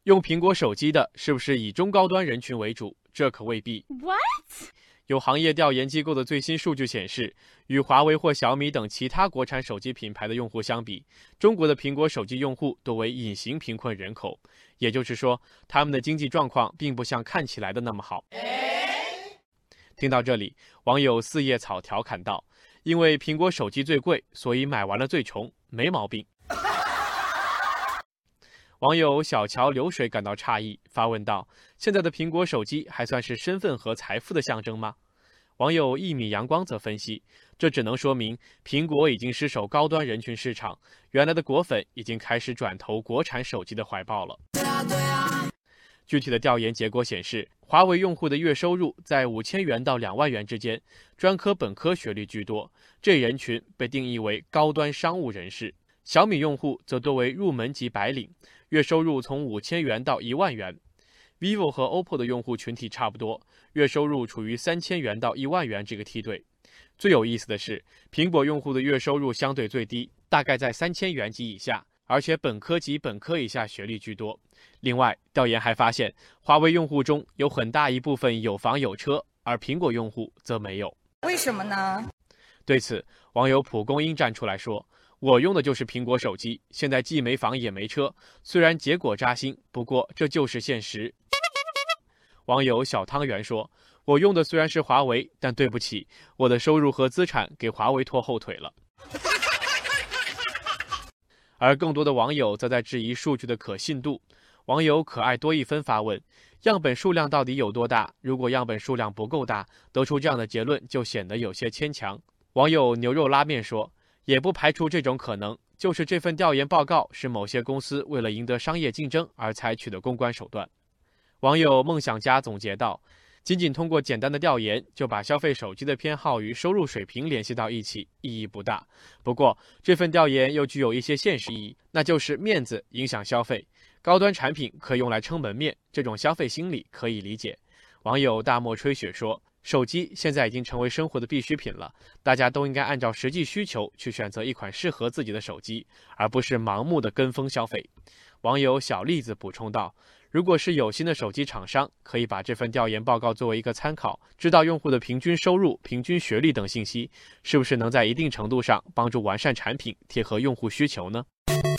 用苹果手机的是不是以中高端人群为主？这可未必。 What？ 有行业调研机构的最新数据显示，与华为或小米等其他国产手机品牌的用户相比，中国的苹果手机用户多为隐形贫困人口，也就是说，他们的经济状况并不像看起来的那么好。听到这里，网友四叶草调侃道：“因为苹果手机最贵，所以买完了最穷，没毛病。”网友小桥流水感到诧异，发问道：“现在的苹果手机还算是身份和财富的象征吗？”网友一米阳光则分析，这只能说明苹果已经失守高端人群市场，原来的果粉已经开始转投国产手机的怀抱了。具体的调研结果显示，华为用户的月收入在5000元到2万元之间，专科本科学历居多，这人群被定义为高端商务人士。小米用户则多为入门级白领，月收入从5000元到1万元。vivo 和 OPPO 的用户群体差不多，月收入处于3000元到1万元这个梯队。最有意思的是，苹果用户的月收入相对最低，大概在3000元及以下，而且本科及本科以下学历居多。另外，调研还发现，华为用户中有很大一部分有房有车，而苹果用户则没有。 为什么呢？ 对此，网友蒲公英站出来说：“我用的就是苹果手机，现在既没房也没车，虽然结果扎心，不过这就是现实。”网友小汤圆说：“我用的虽然是华为，但对不起，我的收入和资产给华为拖后腿了。”而更多的网友则在质疑数据的可信度。网友可爱多一分发问：样本数量到底有多大？如果样本数量不够大，得出这样的结论就显得有些牵强。网友牛肉拉面说：“也不排除这种可能，就是这份调研报告是某些公司为了赢得商业竞争而采取的公关手段。”网友梦想家总结道：“仅仅通过简单的调研就把消费手机的偏好与收入水平联系到一起，意义不大。不过，这份调研又具有一些现实意义，那就是面子影响消费。高端产品可以用来撑门面，这种消费心理可以理解。”网友大漠吹雪说：“手机现在已经成为生活的必需品了，大家都应该按照实际需求去选择一款适合自己的手机，而不是盲目的跟风消费。”网友小栗子补充道：“如果是有心的手机厂商，可以把这份调研报告作为一个参考，知道用户的平均收入、平均学历等信息，是不是能在一定程度上帮助完善产品，贴合用户需求呢？”